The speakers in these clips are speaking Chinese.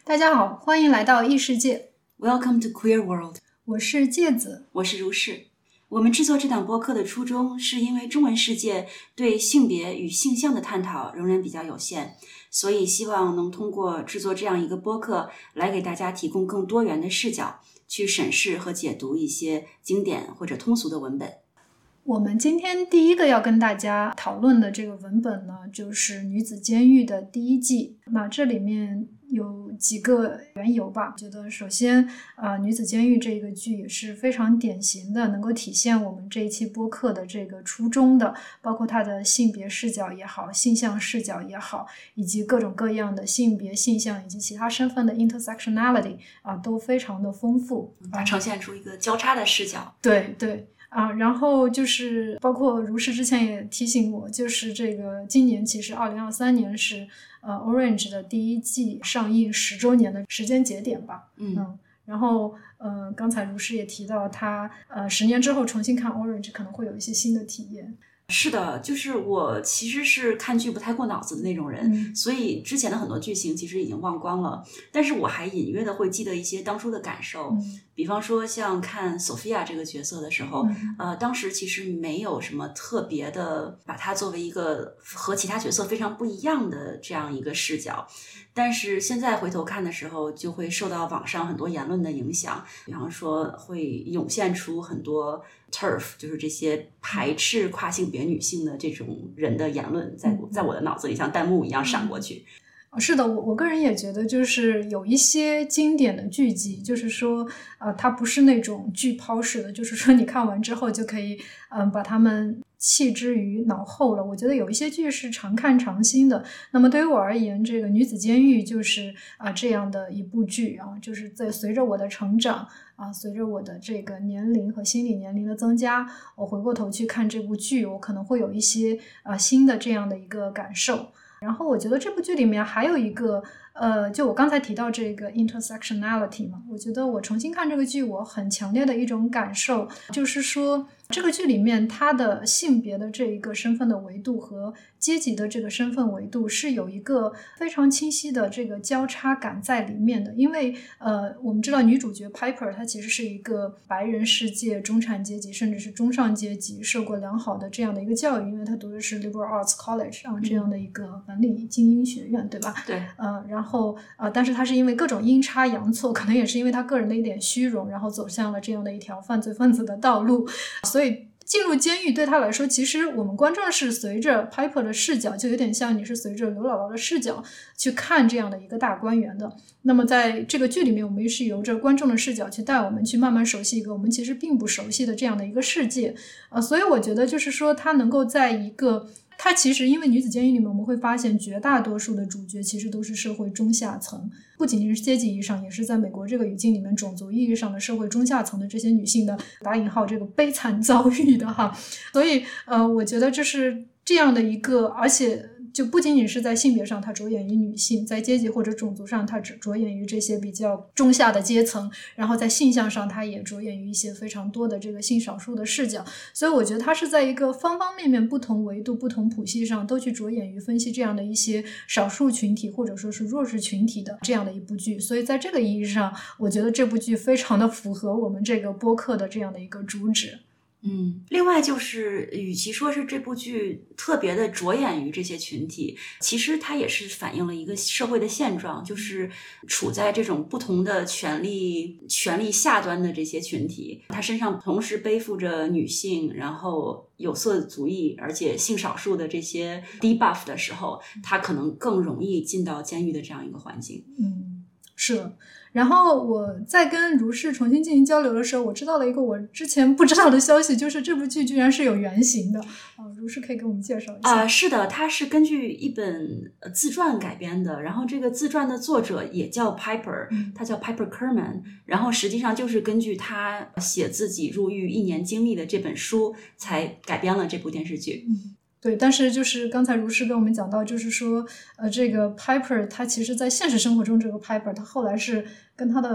大家好，欢迎来到异世界。 Welcome to Queer World。 我是芥子， 我是如是。我们制作这档播客的初衷是因为中文世界对性别与性向的探讨仍然比较有限，所以希望能通过制作这样一个播客来给大家提供更多元的视角，去审视和解读一些经典或者通俗的文本。 我们今天第一个要跟大家讨论的这个文本呢，就是《女子监狱》的第一季。那这里面有几个缘由吧。觉得首先女子监狱这个剧也是非常典型的，能够体现我们这一期播客的这个初衷的，包括它的性别视角也好，性向视角也好，以及各种各样的性别性向以及其他身份的 intersectionality 都非常的丰富， 呈现出一个交叉的视角。 对对然后就是包括如是之前也提醒我，就是这个今年其实2023年是Orange 的第一季上映10周年的时间节点吧。然后刚才如是也提到他10年之后重新看 Orange 可能会有一些新的体验。 是的，就是我其实是看剧不太过脑子的那种人，所以之前的很多剧情其实已经忘光了，但是我还隐约的会记得一些当初的感受。比方说像看 Sophia 这个角色的时候，当时其实没有什么特别的把她作为一个和其他角色非常不一样的这样一个视角，但是现在回头看的时候就会受到网上很多言论的影响，比方说会涌现出很多 TERF， 就是这些排斥跨性别女性的这种人的言论在我的脑子里像弹幕一样闪过去。 是的，我个人也觉得就是有一些经典的剧集，就是说它不是那种剧抛式的，就是说你看完之后就可以把它们弃之于脑后了。我觉得有一些剧是常看常新的。那么对于我而言，这个女子监狱就是这样的一部剧就是在随着我的成长随着我的这个年龄和心理年龄的增加，我回过头去看这部剧，我可能会有一些新的这样的一个感受。然后我觉得这部剧里面还有一个就我刚才提到这个 intersectionality 嘛，我觉得我重新看这个剧，我很强烈的一种感受就是说，这个剧里面它的性别的这一个身份的维度和阶级的这个身份维度是有一个非常清晰的这个交叉感在里面的。因为我们知道女主角 Piper 她其实是一个白人世界中产阶级甚至是中上阶级受过良好的这样的一个教育，因为她读的是 Liberal Arts College 这样的一个文理精英学院，对吧？ 对。 然后但是她是因为各种阴差阳错，可能也是因为她个人的一点虚荣，然后走向了这样的一条犯罪分子的道路。所以进入监狱对他来说，其实我们观众是随着 Piper 的视角，就有点像你是随着刘姥姥的视角去看这样的一个大观园的。那么在这个剧里面，我们是由着观众的视角去带我们去慢慢熟悉一个我们其实并不熟悉的这样的一个世界。所以我觉得就是说他能够在一个它其实因为女子监狱里面我们会发现绝大多数的主角其实都是社会中下层，不仅仅是阶级意义上，也是在美国这个语境里面种族意义上的社会中下层的这些女性的打引号这个悲惨遭遇的哈。所以我觉得这是这样的一个，而且就不仅仅是在性别上它着眼于女性，在阶级或者种族上它着眼于这些比较中下的阶层，然后在性向上它也着眼于一些非常多的这个性少数的视角。所以我觉得它是在一个方方面面不同维度不同谱系上都去着眼于分析这样的一些少数群体或者说是弱势群体的这样的一部剧。所以在这个意义上我觉得这部剧非常的符合我们这个播客的这样的一个主旨。 另外就是与其说是这部剧特别的着眼于这些群体，其实它也是反映了一个社会的现状，就是处在这种不同的权力下端的这些群体，他身上同时背负着女性，然后有色族裔而且性少数的这些 debuff 的时候，他可能更容易进到监狱的这样一个环境。 是的。然后我在跟如是重新进行交流的时候，我知道了一个我之前不知道的消息，就是这部剧居然是有原型的。如是可以给我们介绍一下。 是的，它是根据一本自传改编的，然后这个自传的作者也叫 Piper，他叫 Piper Kerman，然后实际上就是根据他写自己入狱1年经历的这本书才改编了这部电视剧。 对，但是就是刚才如是跟我们讲到，就是说这个 Piper 他其实在现实生活中这个 Piper 他后来是跟他的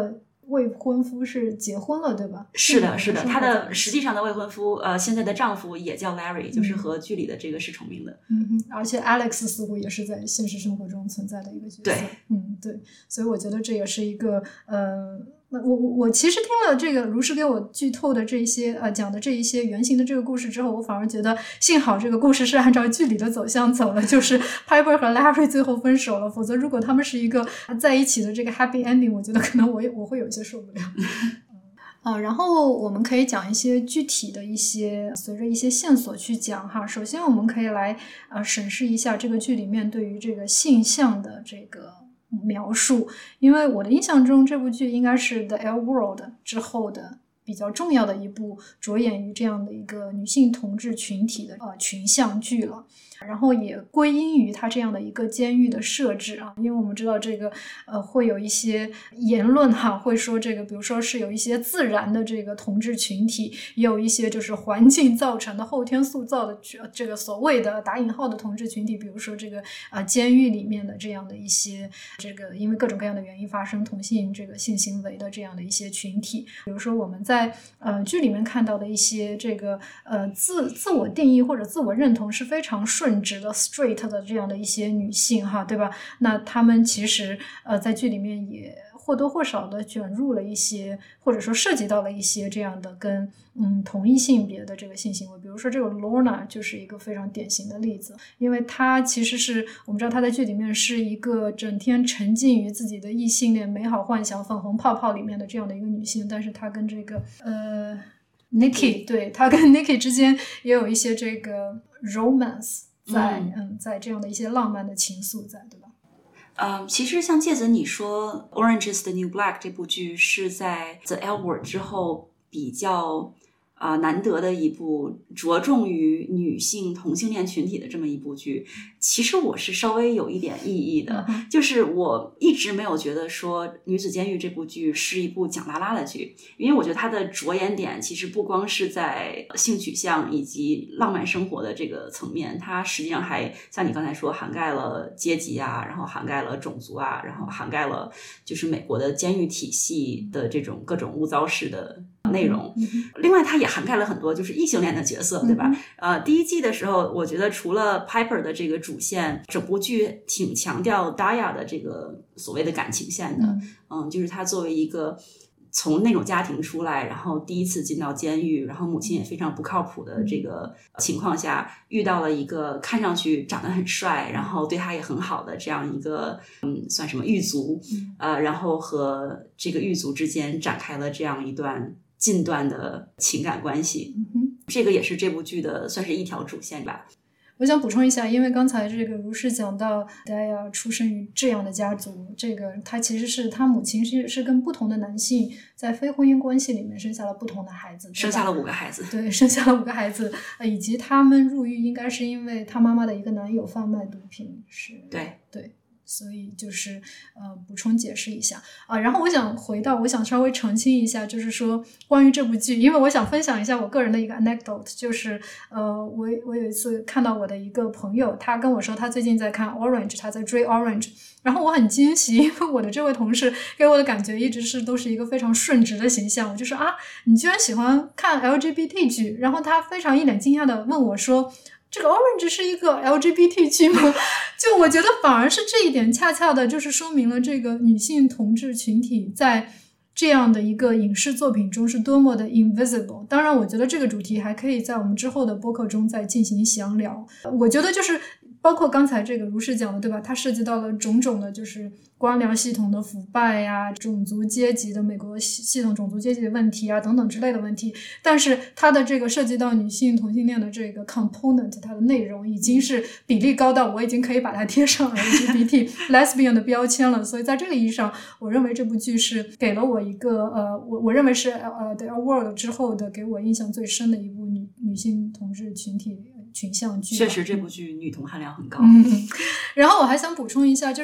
未婚夫是结婚了对吧？ 是的，是的，她的实际上的未婚夫现在的丈夫也叫 Larry，就是和剧里的这个是重名的。 而且 Alex 似乎也是在现实生活中存在的一个角色。 对， 对，所以我觉得这也是一个我其实听了这个如是给我剧透的这一些讲的这一些原型的这个故事之后，我反而觉得幸好这个故事是按照剧里的走向走了，就是 Piper 和 Larry 最后分手了，否则如果他们是一个在一起的这个 happy ending， 我觉得可能我会有些受不了。然后我们可以讲一些具体的一些随着一些线索去讲哈。首先我们可以来审视一下这个剧里面对于这个性向的这个描述，因为我的印象中这部剧应该是 The L World 之后的比较重要的一部着眼于这样的一个女性同志群体的群像剧了，然后也归因于它这样的一个监狱的设置啊，因为我们知道这个会有一些言论哈，会说这个比如说是有一些自然的这个同志群体，也有一些就是环境造成的后天塑造的这个所谓的打引号的同志群体，比如说这个监狱里面的这样的一些这个因为各种各样的原因发生同性这个性行为的这样的一些群体，比如说我们在剧里面看到的一些这个自我定义或者自我认同是非常顺直的 straight 的这样的一些女性哈，对吧？那她们其实在剧里面也或多或少的卷入了一些或者说涉及到了一些这样的跟同一性别的这个性行为，比如说这个 Lorna 就是一个非常典型的例子，因为她其实是我们知道她在剧里面是一个整天沉浸于自己的异性恋美好幻想粉红泡泡里面的这样的一个女性，但是她跟这个Nikki 对她跟 Nikki 之间也有一些这个 romance在这样的一些浪漫的情愫在，对吧？ 其实像介子你说 Orange is the New Black 这部剧是在 The L Word 之后比较难得的一部着重于女性同性恋群体的这么一部剧，其实我是稍微有一点异议的，就是我一直没有觉得说女子监狱这部剧是一部讲拉拉的剧，因为我觉得它的着眼点其实不光是在性取向以及浪漫生活的这个层面，它实际上还像你刚才说涵盖了阶级啊，然后涵盖了种族啊，然后涵盖了就是美国的监狱体系的这种各种污糟式的内容，另外它也涵盖了很多就是异性恋的角色，对吧？第一季的时候我觉得除了 Piper 的这个主线，整部剧挺强调 Daya 的这个所谓的感情线的，就是她作为一个从那种家庭出来，然后第一次进到监狱，然后母亲也非常不靠谱的这个情况下，遇到了一个看上去长得很帅，然后对他也很好的这样一个算什么狱卒，然后和这个狱卒之间展开了这样一段近段的情感关系，这个也是这部剧的算是一条主线吧。 我想补充一下，因为刚才这个如是讲到 Daya 出生于这样的家族，这个他其实是他母亲是跟不同的男性在非婚姻关系里面生下了不同的孩子， 生下了5个孩子， 对，生下了5个孩子，以及他们入狱应该是因为他妈妈的一个男友贩卖毒品，是对。所以就是补充解释一下然后我想稍微澄清一下，就是说关于这部剧，因为我想分享一下我个人的一个 anecdote， 就是我有一次看到我的一个朋友，他跟我说他最近在看 Orange， 他在追 Orange， 然后我很惊喜，因为我的这位同事给我的感觉一直都是一个非常顺直的形象，我就说你居然喜欢看 LGBT 剧，然后他非常一脸惊讶的问我说这个 Orange 是一个 LGBT 剧吗？就我觉得反而是这一点恰恰的就是说明了这个女性同志群体在这样的一个影视作品中是多么的 invisible。 当然我觉得这个主题还可以在我们之后的播客中再进行详聊。我觉得就是包括刚才这个如是讲的，对吧？它涉及到了种种的就是官僚系统的腐败呀，种族阶级的美国系统种族阶级的问题啊等等之类的问题，但是它的这个涉及到女性同性恋的这个 component， 它的内容已经是比例高到我已经可以把它贴上 LGBT lesbian 的标签了。所以在这个意义上，我认为这部剧是给了我一个我认为是The L World 之后的给我印象最深的一部女性同志群体群像剧。 确实这部剧女同含量很高。 然后我还想补充一下，就是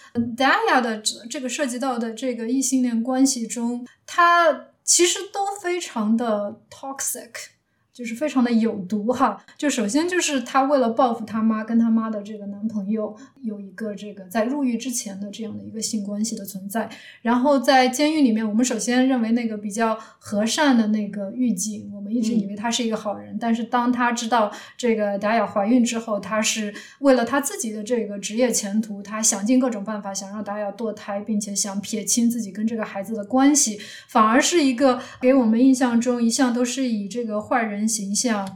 Daya 的这个涉及到的这个异性恋关系中，它其实都非常的 toxic， 就是非常的有毒哈。就首先就是她为了报复她妈跟她妈的这个男朋友有一个这个在入狱之前的这样的一个性关系的存在，然后在监狱里面我们首先认为那个比较和善的那个狱警，我们一直以为他是一个好人，但是当他知道这个达雅怀孕之后，他是为了他自己的这个职业前途，他想尽各种办法想让达雅堕胎，并且想撇清自己跟这个孩子的关系，反而是一个给我们印象中一向都是以这个坏人形象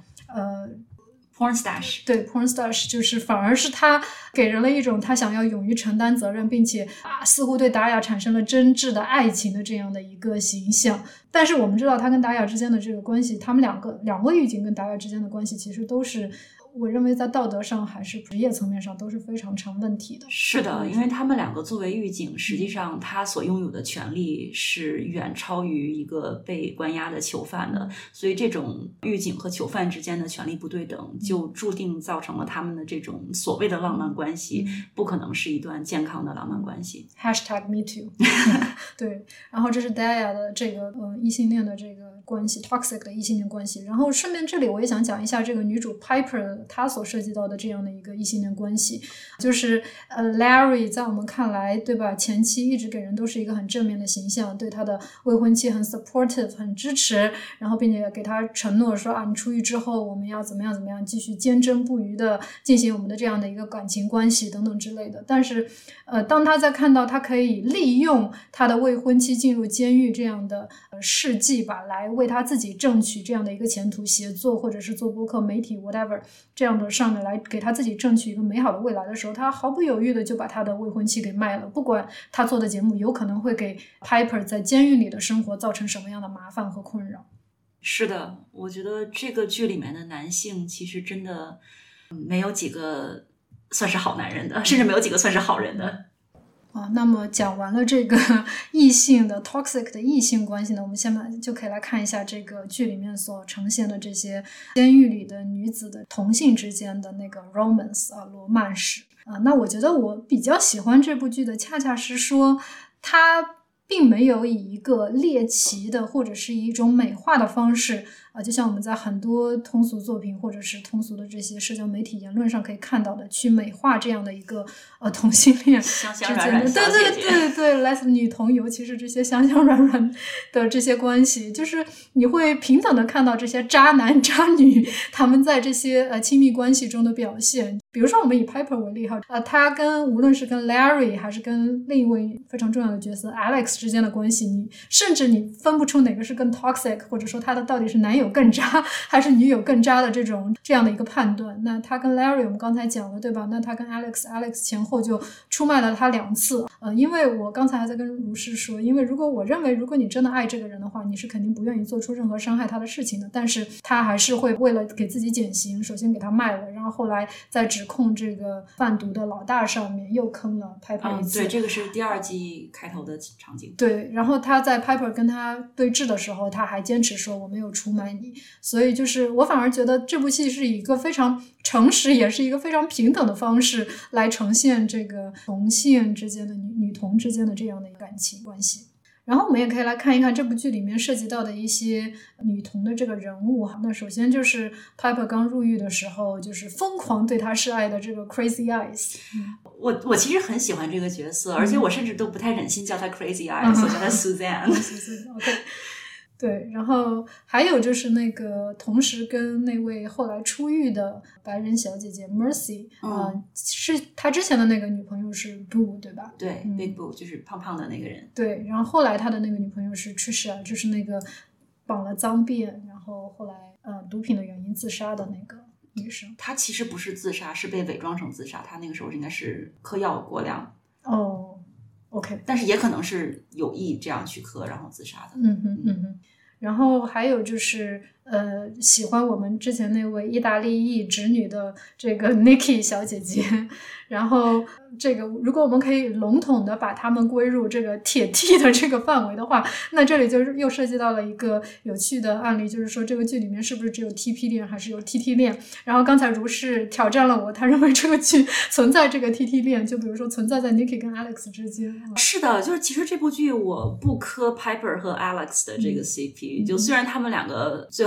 pornstash 对 pornstash 就是反而是他给人了一种他想要勇于承担责任，并且似乎对达雅产生了真挚的爱情的这样的一个形象。但是我们知道他跟达雅之间的这个关系，他们两个狱警跟达雅之间的关系其实都是我认为在道德上还是职业层面上都是非常成问题的。 是的，因为他们两个作为狱警，实际上他所拥有的权利是远超于一个被关押的囚犯的，所以这种狱警和囚犯之间的权利不对等，就注定造成了他们的这种所谓的浪漫关系不可能是一段健康的浪漫关系。 #MeToo 对，然后这是 Daya 的这个异性恋的这个关系 toxic 的异性恋关系。然后顺便这里我也想讲一下这个女主 Piper 她所涉及到的这样的一个异性恋关系，就是Larry 在我们看来对吧，前期一直给人都是一个很正面的形象，对他的未婚妻很 supportive 很支持，然后并且给他承诺说你出狱之后我们要怎么样怎么样继续坚贞不渝的进行我们的这样的一个感情关系等等之类的。但是当他在看到他可以利用他的未婚妻进入监狱这样的事迹吧，来为他自己争取这样的一个前途，写作或者是做播客媒体 whatever 这样的上面来给他自己争取一个美好的未来的时候，他毫不犹豫的就把他的未婚妻给卖了，不管他做的节目有可能会给 Piper 在监狱里的生活造成什么样的麻烦和困扰。 是的，我觉得这个剧里面的男性其实真的没有几个算是好男人的，甚至没有几个算是好人的。 那么讲完了这个异性的 toxic 的异性关系呢，我们下面就可以来看一下这个剧里面所呈现的这些监狱里的女子的同性之间的那个 romance 罗曼史那我觉得我比较喜欢这部剧的恰恰是说它并没有以一个猎奇的或者是以一种美化的方式就像我们在很多通俗作品或者是通俗的这些社交媒体言论上可以看到的，去美化这样的一个同性恋香香软软小姐姐对来自女同尤其是这些香香软软的这些关系，就是你会平等的看到这些渣男渣女他们在这些亲密关系中的表现。比如说我们以 Piper 为例他无论是跟 Larry 还是跟另一位非常重要的角色 Alex 之间的关系，甚至你分不出哪个是更 toxic， 或者说他的到底是男友更渣还是女友更渣的这样的一个判断。那他跟 Larry 我们刚才讲了对吧，那他跟 Alex 前后就出卖了他2次因为我刚才还在跟如是说，因为我认为如果你真的爱这个人的话，你是肯定不愿意做出任何伤害他的事情的，但是他还是会为了给自己减刑，首先给他卖了，然后后来再指控这个贩毒的老大上面又坑了 Piper 一次对，这个是第2季开头的场景。 对，然后他在 Piper 跟他对峙的时候，他还坚持说我没有出卖你，所以就是我反而觉得这部戏是以一个非常诚实也是一个非常平等的方式来呈现这个同性之间的女同之间的这样的感情关系。然后我们也可以来看一看这部剧里面涉及到的一些女同的这个人物那首先就是 Piper 刚入狱的时候就是疯狂对她示爱的这个 Crazy Eyes 我其实很喜欢这个角色而且我甚至都不太忍心叫她 Crazy Eyes我叫她 Suzanne OK对，然后还有就是那个同时跟那位后来出狱的白人小姐姐 Mercy 是她之前的那个女朋友是 Boo 对吧？ 对Big Boo 就是胖胖的那个人。 对，然后后来她的那个女朋友是 Trisha 就是那个绑了脏辫然后后来毒品的原因自杀的那个女生。 她其实不是自杀，是被伪装成自杀，她那个时候应该是嗑药过量。 OK 但是也可能是有意这样去嗑然后自杀的。 然后还有就是喜欢我们之前那位意大利裔直女的这个 Nikki 小姐姐，然后这个如果我们可以笼统的把她们归入这个铁 T 的这个范围的话，那这里就又涉及到了一个有趣的案例，就是说这个剧里面是不是只有 TP 恋还是有 TT 恋。然后刚才如是挑战了我，他认为这个剧存在这个 TT 恋，就比如说存在在 Nikki 跟 Alex 之间。 是的，就是其实这部剧我不磕 Piper 和 Alex 的这个 CP就虽然他们两个最后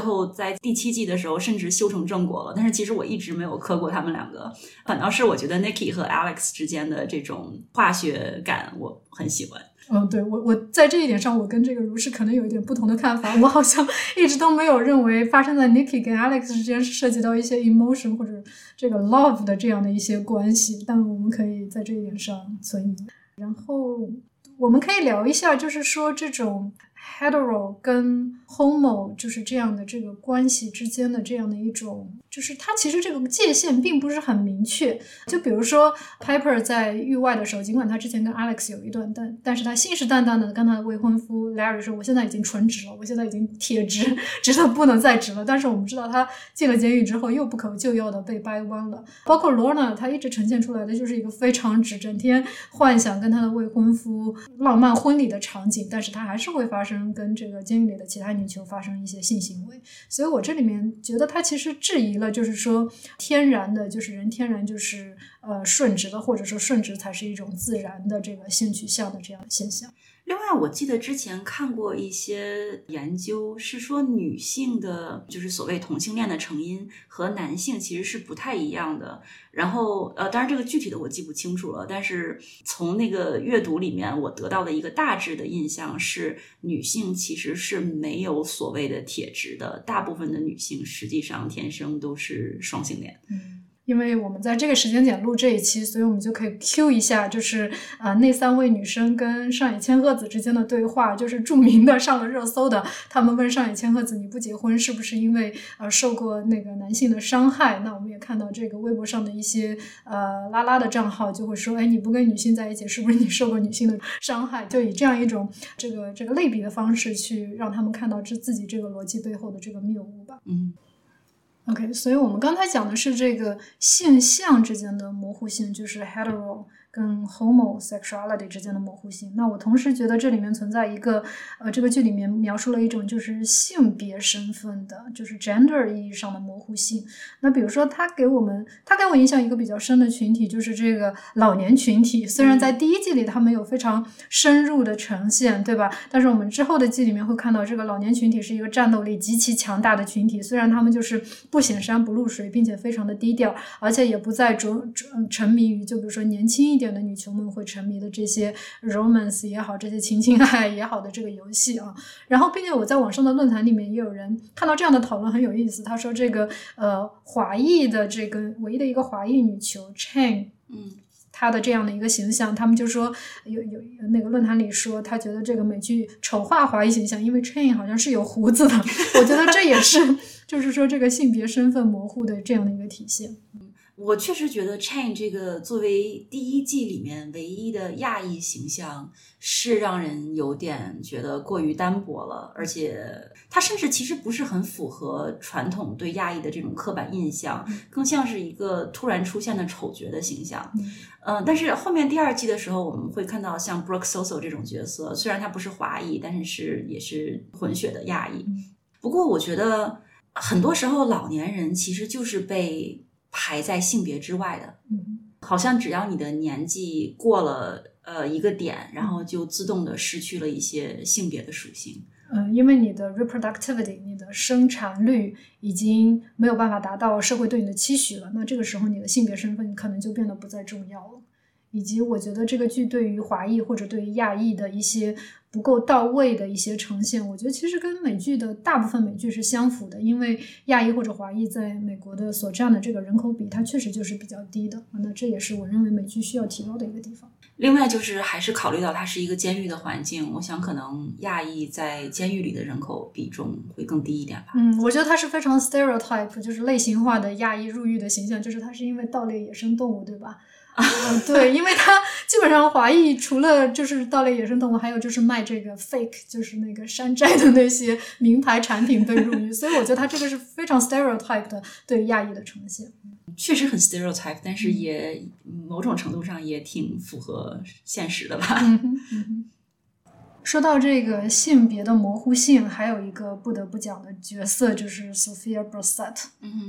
后在第7季的时候甚至修成正果了，但是其实我一直没有磕过他们两个，反倒是我觉得 Nikki 和 Alex 之间的这种化学感我很喜欢。 对，我在这一点上，我跟这个如是可能有一点不同的看法。我好像一直都没有认为发生在 Nikki 跟 Alex 之间是涉及到一些 emotion 或者这个 love 的这样的一些关系，但我们可以在这一点上存疑。然后我们可以聊一下，就是说这种 hetero 跟 homo 就是这样的这个关系之间的这样的一种，就是它其实这个界限并不是很明确。就比如说 Piper 在狱外的时候，尽管他之前跟 Alex 有一段，但是他信誓旦旦的跟他的未婚夫 Larry 说，我现在已经纯直了，我现在已经铁直，直的不能再直了。但是我们知道他进了监狱之后又不可救药的被掰弯了。包括 Lorna 他一直呈现出来的就是一个非常直，整天幻想跟他的未婚夫浪漫婚礼的场景，但是他还是会发生跟这个监狱里的其他女囚发生一些性行为。所以我这里面觉得他其实质疑了，就是说天然的就是人天然就是顺直的，或者说顺直才是一种自然的这个性取向的这样的现象。 另外我记得之前看过一些研究是说女性的就是所谓同性恋的成因和男性其实是不太一样的，然后当然这个具体的我记不清楚了，但是从那个阅读里面我得到的一个大致的印象是女性其实是没有所谓的铁直的，大部分的女性实际上天生都是双性恋。 因为我们在这个时间点录这一期，所以我们就可以 cue 一下，就是那3位女生跟上野千鹤子之间的对话，就是著名的上了热搜的，他们问上野千鹤子你不结婚是不是因为受过那个男性的伤害。那我们也看到这个微博上的一些拉拉的账号就会说，哎，你不跟女性在一起是不是你受过女性的伤害，就以这样一种这个类比的方式去让他们看到自己这个逻辑背后的这个谬误吧。OK， 所以我们刚才讲的是这个性向之间的模糊性，就是 hetero 跟 homosexuality 之间的模糊性。那我同时觉得这里面存在一个这个剧里面描述了一种就是性别身份的，就是 gender 意义上的模糊性。那比如说他给我印象一个比较深的群体就是这个老年群体，虽然在第1季里他们有非常深入的呈现，对吧？但是我们之后的季里面会看到这个老年群体是一个战斗力极其强大的群体，虽然他们就是不显山不露水，并且非常的低调，而且也不再沉迷于就比如说年轻一点的女球们会沉迷的这些 romance 也好，这些情爱也好的这个游戏啊。然后并且我在网上的论坛里面也有人看到这样的讨论很有意思，他说这个华裔的这个唯一的一个华裔女球 Chain，他的这样的一个形象，他们就说有那个论坛里说他觉得这个美剧丑化华裔形象，因为 Chain 好像是有胡子的。我觉得这也是就是说这个性别身份模糊的这样的一个体现。 我确实觉得 Chain 这个作为第1季里面唯一的亚裔形象是让人有点觉得过于单薄了，而且它甚至其实不是很符合传统对亚裔的这种刻板印象，更像是一个突然出现的丑角的形象。但是后面第2季的时候我们会看到像 Brooke Soso 这种角色，虽然他不是华裔，但是也是混血的亚裔。不过我觉得很多时候老年人其实就是被排在性别之外的，好像只要你的年纪过了一个点，然后就自动的失去了一些性别的属性。 因为你的 reproductivity 你的生产率已经没有办法达到社会对你的期许了，那这个时候你的性别身份可能就变得不再重要了。以及我觉得这个剧对于华裔或者对于亚裔的一些不够到位的一些呈现，我觉得其实跟美剧的大部分美剧是相符的，因为亚裔或者华裔在美国的所占的这个人口比它确实就是比较低的，那这也是我认为美剧需要提高的一个地方。 另外就是还是考虑到它是一个监狱的环境，我想可能亚裔在监狱里的人口比重会更低一点吧。 我觉得它是非常 stereotype 就是类型化的亚裔入狱的形象，就是它是因为盗猎野生动物，对吧？对，因为他基本上华裔除了就是盗猎野生动物，还有就是卖这个 fake 就是那个山寨的那些名牌产品被入狱，所以我觉得他这个是非常 stereotype 的对亚裔的呈现。 确实很 stereotype， 但是也某种程度上也挺符合现实的吧。 说到这个性别的模糊性，还有一个不得不讲的角色就是 Sophia Brossette。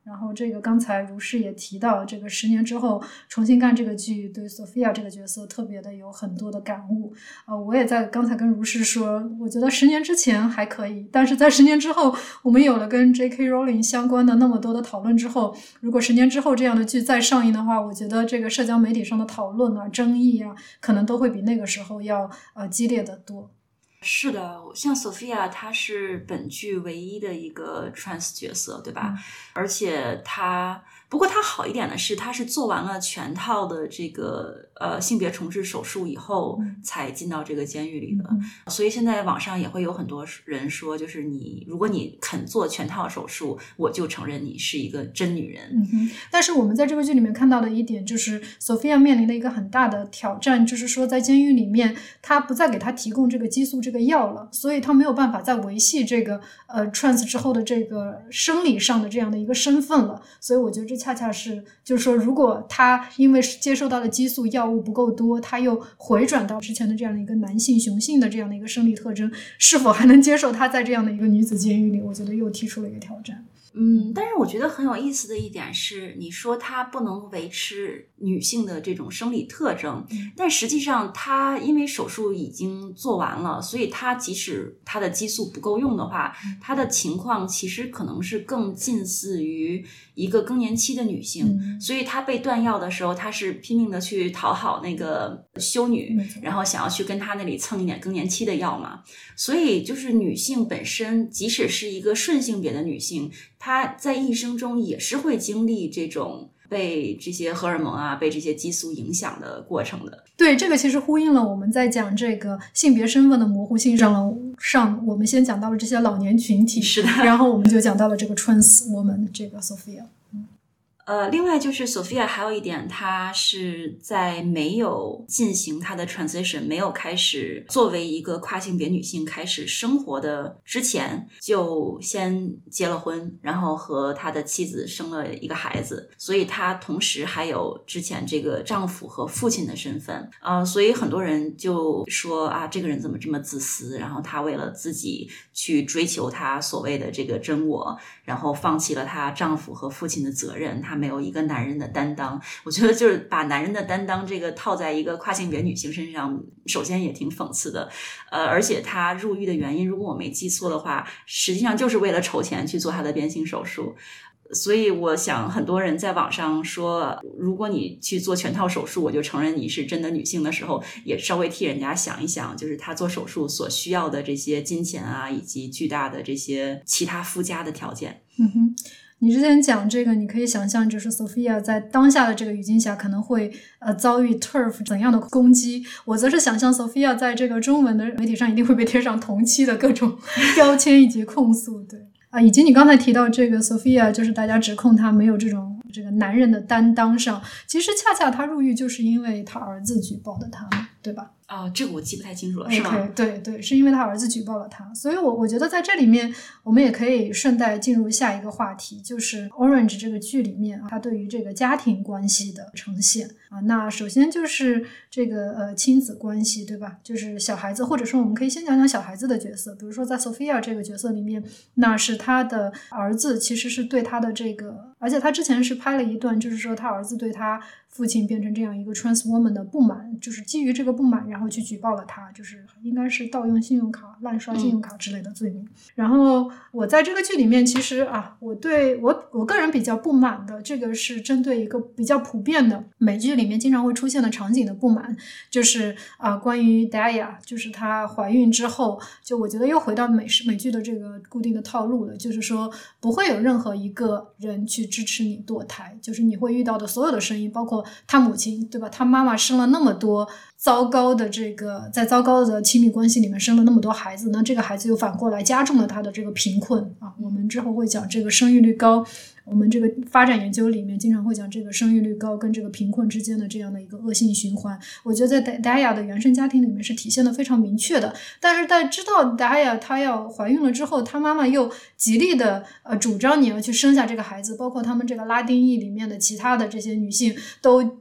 然后这个刚才如是也提到，这个10年之后重新看这个剧，对 Sophia 这个角色特别的有很多的感悟。我也在刚才跟如是说，我觉得10年之前还可以，但是在10年之后，我们有了跟 J.K. Rowling 相关的那么多的讨论之后，如果10年之后这样的剧再上映的话，我觉得这个社交媒体上的讨论啊、争议啊，可能都会比那个时候要激烈得多。 是的，像 Sophia 她是本剧唯一的一个 trans 角色，对吧？而且不过她好一点的是，她是做完了全套的这个性别重置手术以后才进到这个监狱里的。所以现在网上也会有很多人说，就是如果你肯做全套手术，我就承认你是一个真女人。 但是我们在这个剧里面看到的一点就是 Sophia 面临的一个很大的挑战，就是说在监狱里面她不再给她提供这个激素这个药了，所以她没有办法再维系这个trans 之后的这个生理上的这样的一个身份了。所以我觉得这恰恰是就是说，如果她因为接受到的激素药物不够多，她又回转到之前的这样的一个男性雄性的这样的一个生理特征，是否还能接受她在这样的一个女子监狱里，我觉得又提出了一个挑战。 但是我觉得很有意思的一点是，你说她不能维持女性的这种生理特征，但实际上她因为手术已经做完了，所以她即使她的激素不够用的话，她的情况其实可能是更近似于一个更年期的女性，所以她被断药的时候，她是拼命的去讨好那个修女，然后想要去跟她那里蹭一点更年期的药嘛。所以就是女性本身，即使是一个顺性别的女性，她在一生中也是会经历这种被这些荷尔蒙啊、被这些激素影响的过程的。 对，这个其实呼应了我们在讲这个性别身份的模糊性上我们先讲到了这些老年群体， 是的， 然后我们就讲到了这个 trans woman 这个 Sophia。 另外就是 Sophia 还有一点，她是在没有进行她的 transition， 没有开始作为一个跨性别女性开始生活的之前，就先结了婚，然后和她的妻子生了一个孩子，所以她同时还有之前这个丈夫和父亲的身份。所以很多人就说啊，这个人怎么这么自私，然后她为了自己去追求她所谓的这个真我，然后放弃了她丈夫和父亲的责任，她没有一个男人的担当。我觉得就是把男人的担当这个套在一个跨性别女性身上，首先也挺讽刺的。而且她入狱的原因，如果我没记错的话，实际上就是为了筹钱去做她的变性手术。所以我想很多人在网上说，如果你去做全套手术，我就承认你是真的女性的时候，也稍微替人家想一想，就是她做手术所需要的这些金钱啊，以及巨大的这些其他附加的条件。 你之前讲这个，你可以想象，就是 Sophia 在当下的这个语境下可能会遭遇 TERF 怎样的攻击。我则是想象 Sophia 在这个中文的媒体上一定会被贴上同期的各种标签以及控诉。对以及你刚才提到这个 Sophia， 就是大家指控她没有这个男人的担当上，其实恰恰她入狱就是因为她儿子举报的她，对吧？ 这个我记不太清楚了，是吗？ Okay， 对，是因为他儿子举报了他，所以我觉得在这里面我们也可以顺带进入下一个话题，就是 Orange 这个剧里面它对于这个家庭关系的呈现那首先就是这个亲子关系，对吧？就是小孩子，或者说我们可以先讲讲小孩子的角色，比如说在 Sophia 这个角色里面，那是他的儿子其实是对他的这个，而且他之前是拍了一段，就是说他儿子对他父亲变成这样一个 trans woman 的不满，就是基于这个不满然后去举报了他，就是应该是盗用信用卡、滥刷信用卡之类的罪名。然后我在这个剧里面其实我对我个人比较不满的，这个是针对一个比较普遍的美剧里面经常会出现的场景的不满，就是关于 Daya， 就是她怀孕之后，就我觉得又回到美剧的这个固定的套路了，就是说不会有任何一个人去支持你堕胎，就是你会遇到的所有的声音，包括她母亲，对吧？她妈妈生了那么多糟糕的在糟糕的亲密关系里面生了那么多孩子，那这个孩子又反过来加重了她的这个贫困我们之后会讲这个生育率高，我们这个发展研究里面经常会讲这个生育率高跟这个贫困之间的这样的一个恶性循环。我觉得在 Daya 的原生家庭里面是体现的非常明确的，但是在知道 Daya 她要怀孕了之后，她妈妈又极力的主张你要去生下这个孩子，包括他们这个拉丁裔里面的其他的这些女性都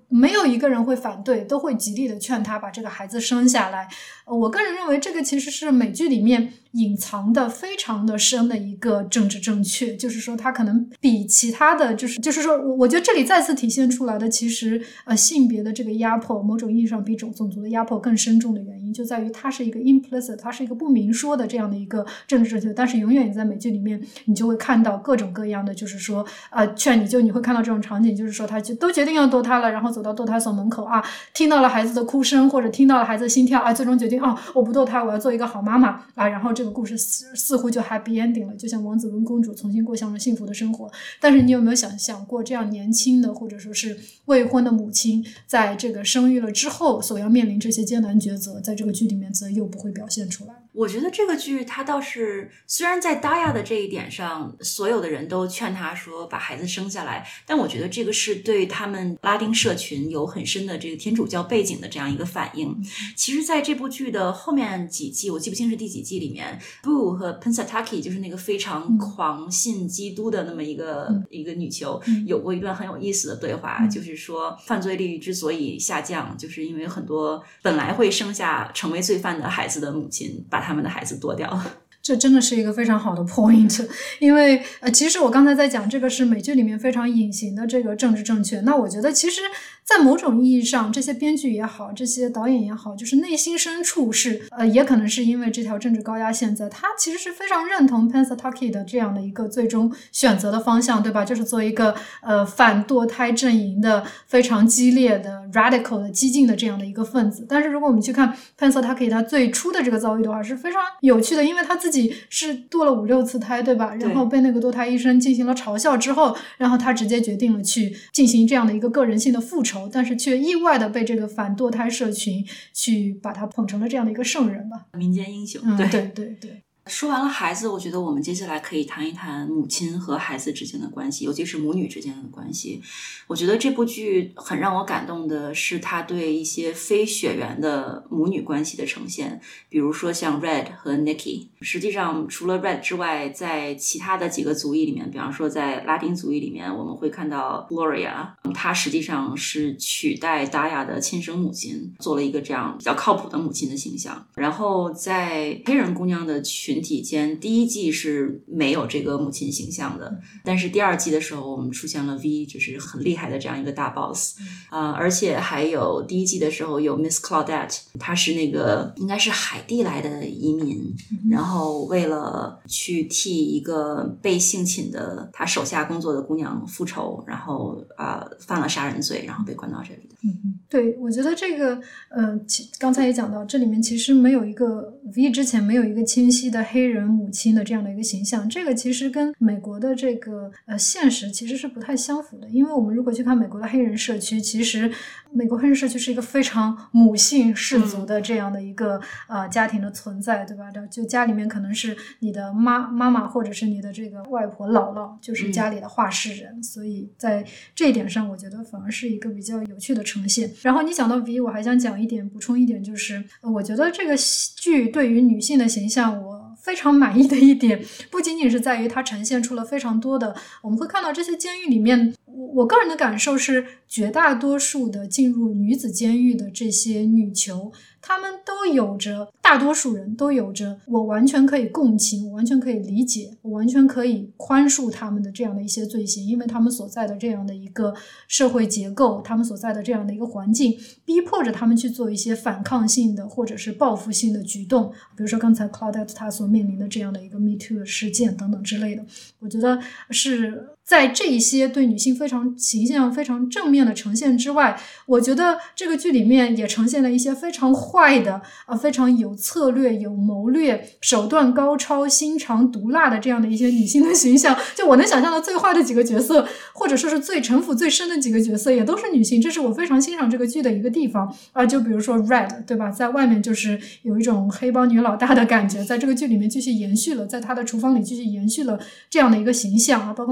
没有一个人会反对，都会极力的劝他把这个孩子生下来。我个人认为这个其实是美剧里面隐藏的非常的深的一个政治正确，就是说它可能比其他的就是说我觉得这里再次体现出来的其实性别的这个压迫某种意义上比种族的压迫更深重的原因就在于它是一个 implicit， 它是一个不明说的这样的一个政治正确，但是永远在美剧里面你就会看到各种各样的就是说劝你会看到这种场景，就是说他就都决定要堕胎了，然后走到堕胎所门口听到了孩子的哭声或者听到了孩子的心跳最终决定我不堕胎，我要做一个好妈妈然后这个故事似乎就 happy ending 了，就像王子跟公主重新过上了幸福的生活。但是你有没有想过这样年轻的或者说是未婚的母亲在这个生育了之后所要面临这些艰难抉择，在这个剧里面则又不会表现出来。 我觉得这个剧它倒是虽然在Daya的这一点上所有的人都劝他说把孩子生下来，但我觉得这个是对他们拉丁社群有很深的这个天主教背景的这样一个反应。其实在这部剧的后面几季，我记不清是第几季里面， Boo 和 Pennsatucky 就是那个非常狂信基督的那么一个女球有过一段很有意思的对话，就是说犯罪率之所以下降，就是因为很多本来会生下成为罪犯的孩子的母亲把他们的孩子剁掉了。 这真的是一个非常好的 point， 因为其实我刚才在讲这个是美剧里面非常隐形的这个政治正确，那我觉得其实在某种意义上这些编剧也好，这些导演也好，就是内心深处是也可能是因为这条政治高压线在，他其实是非常认同 Pennsatucky 的这样的一个最终选择的方向，对吧？就是做一个反堕胎阵营的非常激烈的 radical 的激进的这样的一个分子。但是如果我们去看 Pennsatucky 他最初的这个遭遇的话是非常有趣的，因为他自己是堕了5-6次胎，对吧？然后被那个堕胎医生进行了嘲笑之后，然后他直接决定了去进行这样的一个个人性的复仇，但是却意外的被这个反堕胎社群去把他捧成了这样的一个圣人吧， 民间英雄。 对。 说完了孩子，我觉得我们接下来可以谈一谈母亲和孩子之间的关系，尤其是母女之间的关系。我觉得这部剧很让我感动的是它对一些非血缘的母女关系的呈现，比如说像 Red 和 Nikki。 实际上除了 Red 之外，在其他的几个族裔里面，比方说在拉丁族裔里面，我们会看到 Gloria， 她实际上是取代 Daya 的亲生母亲，做了一个这样比较靠谱的母亲的形象。然后在黑人姑娘的群体间，第一季是没有这个母亲形象的，但是第2季的时候我们出现了 V， 就是很厉害的这样一个大 boss。而且还有第1季的时候有 Miss Claudette， 她是那个应该是海地来的移民，然后为了去替一个被性侵的她手下工作的姑娘复仇，然后犯了杀人罪，然后被关到这里的。 对，我觉得这个刚才也讲到，这里面其实没有一个 V 之前没有一个清晰的黑人母亲的这样的一个形象，这个其实跟美国的这个现实其实是不太相符的。因为我们如果去看美国的黑人社区，其实美国黑人社区是一个非常母性氏族的这样的一个家庭的存在，对吧？就家里面可能是你的妈妈或者是你的这个外婆姥姥就是家里的话事人，所以在这一点上我觉得反而是一个比较有趣的呈现。然后你讲到 V， 我还想讲一点，补充一点，就是我觉得这个剧对于女性的形象我非常满意的一点，不仅仅是在于它呈现出了非常多的，我们会看到这些监狱里面，我个人的感受是绝大多数的进入女子监狱的这些女囚，她们都有着，大多数人都有着我完全可以共情，我完全可以理解，我完全可以宽恕他们的这样的一些罪行，因为他们所在的这样的一个社会结构，他们所在的这样的一个环境逼迫着他们去做一些反抗性的或者是报复性的举动，比如说刚才 Claudette 她所面临的这样的一个 Me Too 的事件等等之类的。我觉得是在这一些对女性非常形象非常正面的呈现之外，我觉得这个剧里面也呈现了一些非常坏的非常有策略有谋略手段高超心肠毒辣的这样的一些女性的形象。就我能想象的最坏的几个角色，或者说是最城府最深的几个角色也都是女性，这是我非常欣赏这个剧的一个地方就比如说 Red， 对吧，在外面就是有一种黑帮女老大的感觉，在这个剧里面继续延续了，在她的厨房里继续延续了这样的一个形象包括你刚才讲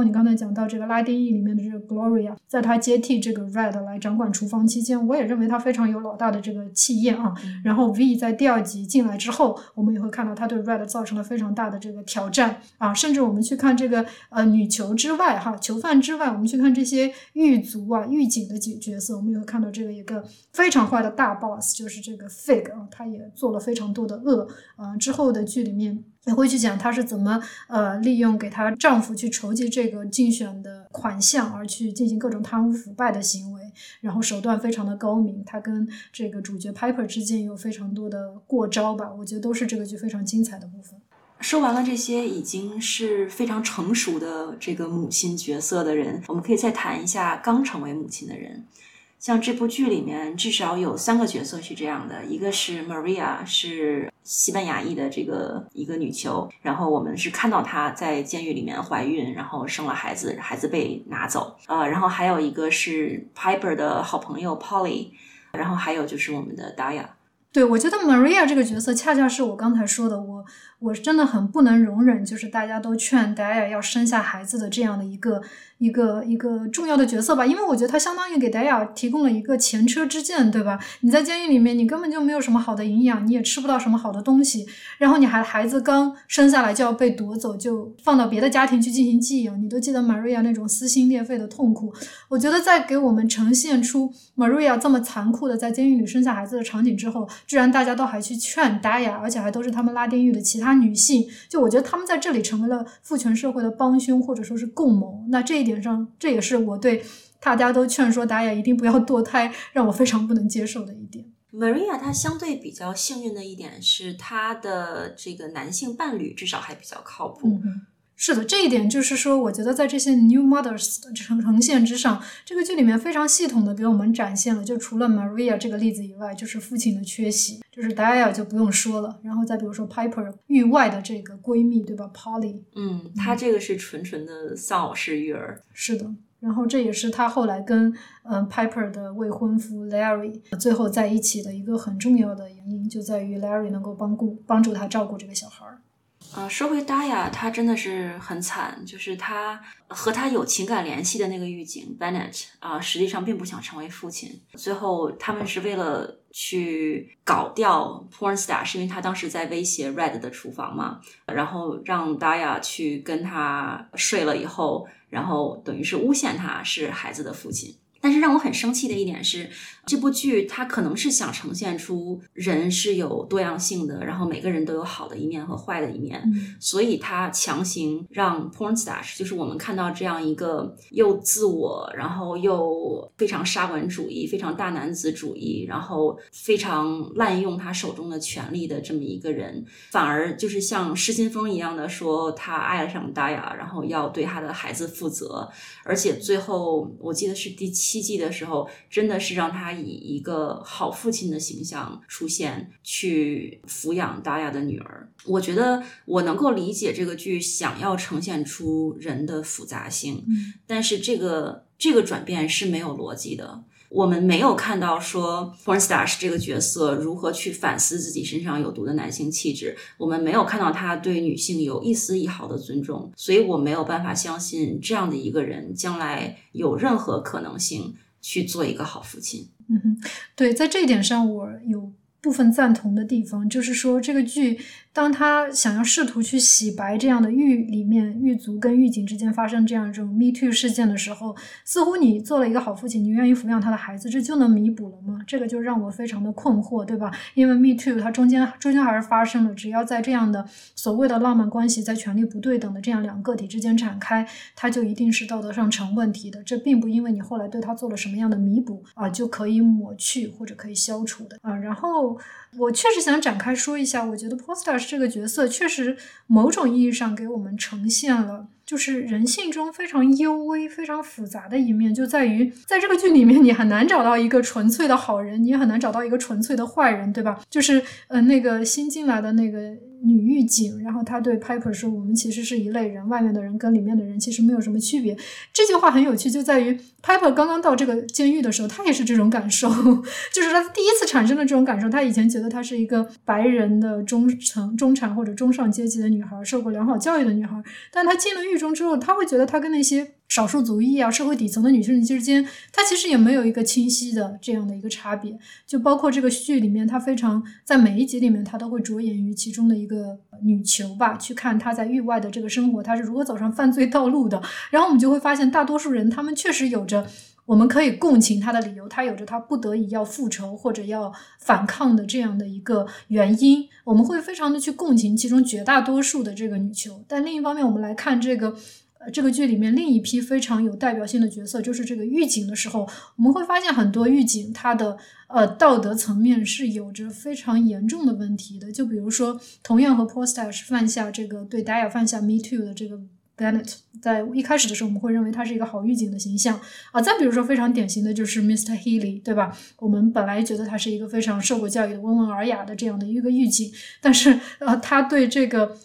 讲到这个拉丁裔里面的这个 Gloria， 在他接替这个 Red 来掌管厨房期间，我也认为他非常有老大的这个气焰啊。然后 V 在第2集进来之后，我们也会看到他对 Red 造成了非常大的这个挑战啊。甚至我们去看这个女囚之外哈，囚犯之外，我们去看这些狱卒啊、狱警的角色，我们也会看到这个一个非常坏的大 boss， 就是这个 Fig 啊，他也做了非常多的恶之后的剧里面也会去讲她是怎么利用给她丈夫去筹集这个竞选的款项而去进行各种贪污腐败的行为，然后手段非常的高明，她跟这个主角 Piper 之间有非常多的过招吧，我觉得都是这个剧非常精彩的部分。 说完了这些已经是非常成熟的这个母亲角色的人，我们可以再谈一下刚成为母亲的人。像这部剧里面至少有3个角色是这样的，一个是 Maria， 是西班牙裔的这个一个女囚，然后我们是看到她在监狱里面怀孕，然后生了孩子，孩子被拿走然后还有一个是 Piper 的好朋友 Polly， 然后还有就是我们的 Daya。 对，我觉得 Maria 这个角色恰恰是我刚才说的，我真的很不能容忍，就是大家都劝 Daya 要生下孩子的这样的一个重要的角色吧，因为我觉得他相当于给 Daya 提供了一个前车之鉴，对吧？你在监狱里面你根本就没有什么好的营养，你也吃不到什么好的东西，然后你孩子刚生下来就要被夺走，就放到别的家庭去进行寄养，你都记得 Maria 那种撕心裂肺的痛苦。我觉得在给我们呈现出 Maria 这么残酷的在监狱里生下孩子的场景之后，居然大家都还去劝 Daya， 而且还都是他们拉丁裔的其他女性，就我觉得他们在这里成为了父权社会的帮凶或者说是共谋。那这一点上，这也是我对大家都劝说Daya一定不要堕胎让我非常不能接受的一点。 Maria 她相对比较幸运的一点是她的这个男性伴侣至少还比较靠谱。 是的，这一点就是说我觉得在这些 new mothers 的呈现之上，这个剧里面非常系统的给我们展现了，就除了 Maria 这个例子以外，就是父亲的缺席，就是 Daya 就不用说了，然后再比如说 Piper 狱外的这个闺蜜，对吧， Polly， 她这个是纯纯的丧偶式育儿。 是的，然后这也是他后来跟Piper 的未婚夫 Larry 最后在一起的一个很重要的原因，就在于 Larry 能够帮助他照顾这个小孩。 说回 Daya， 她真的是很惨，就是她和她有情感联系的那个狱警 Bennett 实际上并不想成为父亲，最后他们是为了去搞掉 Pornstar， 是因为他当时在威胁 Red 的厨房嘛，然后让 Daya 去跟他睡了以后，然后等于是诬陷他是孩子的父亲。但是让我很生气的一点是，这部剧它可能是想呈现出人是有多样性的，然后每个人都有好的一面和坏的一面，所以它强行让 Pornstar， 就是我们看到这样一个又自我，然后又非常沙文主义，非常大男子主义，然后非常滥用他手中的权力的这么一个人，反而就是像失心疯一样的说他爱上 Daya， 然后要对他的孩子负责，而且最后我记得是第7季的时候，真的是让他以一个好父亲的形象出现，去抚养Daya的女儿。我觉得我能够理解这个剧想要呈现出人的复杂性，但是这个转变是没有逻辑的。我们没有看到说 Pornstar 这个角色如何去反思自己身上有毒的男性气质，我们没有看到他对女性有一丝一毫的尊重，所以我没有办法相信这样的一个人将来有任何可能性去做一个好父亲。 对，在这一点上我有部分赞同的地方，就是说这个剧当他想要试图去洗白这样的里面狱卒跟狱警之间发生这样一种 Me Too 事件的时候，似乎你做了一个好父亲，你愿意抚养他的孩子，这就能弥补了吗？这个就让我非常的困惑，对吧？因为 Me Too 它中间还是发生了，只要在这样的所谓的浪漫关系在权力不对等的这样两个体之间展开，它就一定是道德上成问题的，这并不因为你后来对他做了什么样的弥补就可以抹去或者可以消除的然后我确实想展开说一下，我觉得 Pornstar 这个角色确实某种意义上给我们呈现了就是人性中非常幽微非常复杂的一面，就在于在这个剧里面你很难找到一个纯粹的好人，你也很难找到一个纯粹的坏人，对吧？就是那个新进来的那个女狱警，然后她对 Piper 说我们其实是一类人，外面的人跟里面的人其实没有什么区别。这句话很有趣，就在于 Piper 刚刚到这个监狱的时候他也是这种感受，就是他第一次产生的这种感受，他以前觉得她是一个白人的中产或者中上阶级的女孩，受过良好教育的女孩，但她进了狱中之后，他会觉得他跟那些少数族裔啊、社会底层的女性之间，它其实也没有一个清晰的这样的一个差别。就包括这个剧里面，它非常在每一集里面，它都会着眼于其中的一个女囚吧，去看她在狱外的这个生活，她是如何走上犯罪道路的。然后我们就会发现，大多数人他们确实有着我们可以共情他的理由，他有着他不得已要复仇或者要反抗的这样的一个原因，我们会非常的去共情其中绝大多数的这个女囚。但另一方面，我们来看这个剧里面另一批非常有代表性的角色，就是这个狱警的时候，我们会发现很多狱警他的道德层面是有着非常严重的问题的。就比如说，同样和 Paul Stash 犯下这个对 Daya 犯下 Me Too 的这个Bennett， 在一开始的时候我们会认为他是一个好狱警的形象啊。再比如说非常典型的就是 Mr. Healy， 对吧？我们本来觉得他是一个非常受过教育的温文尔雅的这样的一个狱警，但是他对这个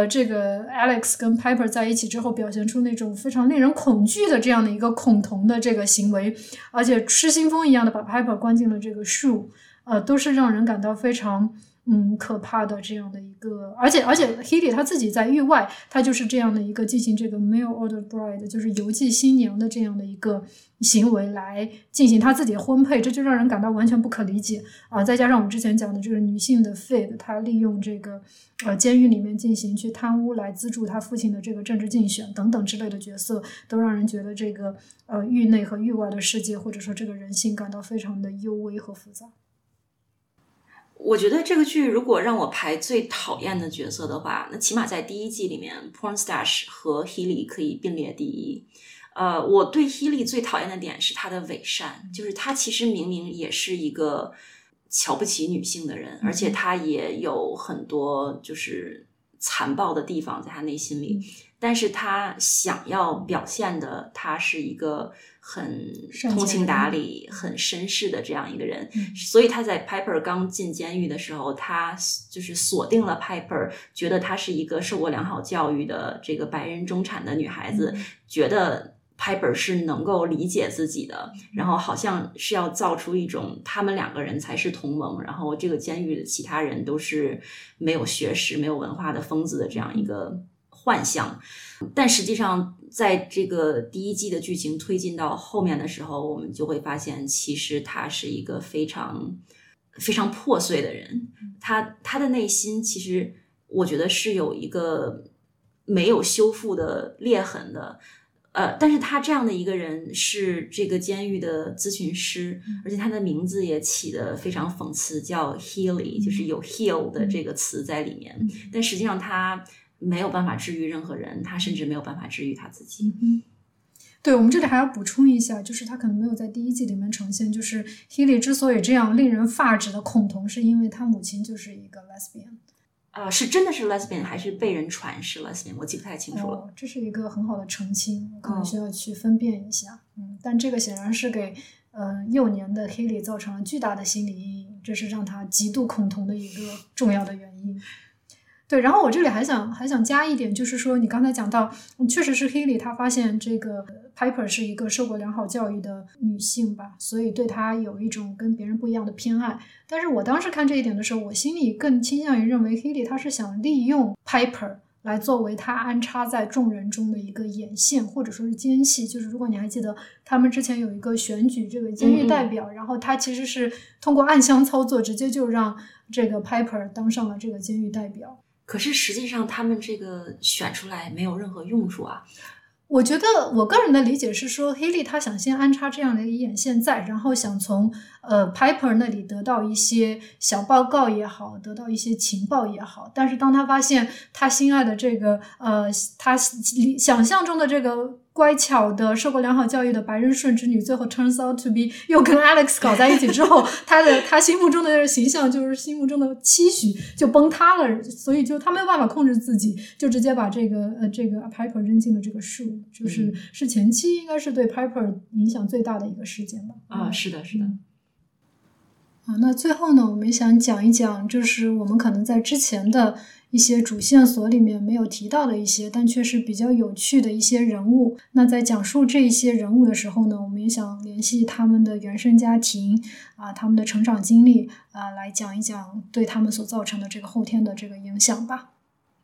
Alex 跟 Piper 在一起之后表现出那种非常令人恐惧的这样的一个恐同的这个行为，而且失心疯一样的把 Piper 关进了这个树，都是让人感到非常可怕的这样的一个，而且 Healy 他自己在狱外，他就是这样的一个进行这个 mail order bride， 就是邮寄新娘的这样的一个行为来进行他自己的婚配，这就让人感到完全不可理解啊！再加上我们之前讲的这个女性的 Fib， 她利用这个监狱里面进行去贪污来资助她父亲的这个政治竞选等等之类的角色，都让人觉得这个狱内和狱外的世界，或者说这个人性感到非常的幽微和复杂。 我觉得这个剧如果让我排最讨厌的角色的话，那起码在第一季里面 Pornstash 和 Healy 可以并列第一。我对 Healy 最讨厌的点是他的伪善，就是他其实明明也是一个瞧不起女性的人，而且他也有很多就是残暴的地方在他内心里，但是他想要表现的他是一个很通情达理很绅士的这样一个人，所以他在 Piper 刚进监狱的时候，他就是锁定了 Piper， 觉得她是一个受过良好教育的这个白人中产的女孩子，觉得Piper 是能够理解自己的，然后好像是要造出一种他们两个人才是同盟，然后这个监狱的其他人都是没有学识没有文化的疯子的这样一个幻象。但实际上在这个第一季的剧情推进到后面的时候，我们就会发现其实他是一个非常非常破碎的人，他的内心其实我觉得是有一个没有修复的裂痕的。但是他这样的一个人是这个监狱的咨询师，而且他的名字也起得非常讽刺，叫 Healy， 就是有 heal 的这个词在里面，但实际上他没有办法治愈任何人，他甚至没有办法治愈他自己。 对，我们这里还要补充一下，就是他可能没有在第一季里面呈现，就是 Healy 之所以这样令人发指的恐同，是因为他母亲就是一个 lesbian。 是真的是 lesbian 还是被人传是 lesbian， 我记不太清楚了。 这是一个很好的澄清，可能需要去分辨一下。但这个显然是给幼年的 Healy 造成了巨大的心理阴影，这是让他极度恐同的一个重要的原因。对，然后我这里还想加一点，就是说你刚才讲到，确实是 Healy 他发现这个 Piper 是一个受过良好教育的女性吧，所以对她有一种跟别人不一样的偏爱。但是我当时看这一点的时候，我心里更倾向于认为 Healy 他是想利用 Piper 来作为他安插在众人中的一个眼线或者说是奸细。就是如果你还记得他们之前有一个选举这个监狱代表，然后他其实是通过暗箱操作直接就让这个 Piper 当上了这个监狱代表。 可是实际上他们这个选出来没有任何用处啊。 我觉得我个人的理解是说 Healy 他想先安插这样的一个眼线在，然后想从Piper 那里得到一些小报告也好，得到一些情报也好。但是当他发现他心爱的这个他想象中的这个乖巧的受过良好教育的白人顺直女，最后 turns out to be 又跟 Alex 搞在一起之后，他心目中的这个形象，就是心目中的期许就崩塌了，所以就他没有办法控制自己，就直接把这个 Piper 扔进了这个树，是前期应该是对 Piper 影响最大的一个事件吧。 是的。 那最后呢，我们想讲一讲，就是我们可能在之前的一些主线索里面没有提到的一些，但却是比较有趣的一些人物。那在讲述这一些人物的时候呢，我们也想联系他们的原生家庭他们的成长经历来讲一讲对他们所造成的这个后天的这个影响吧。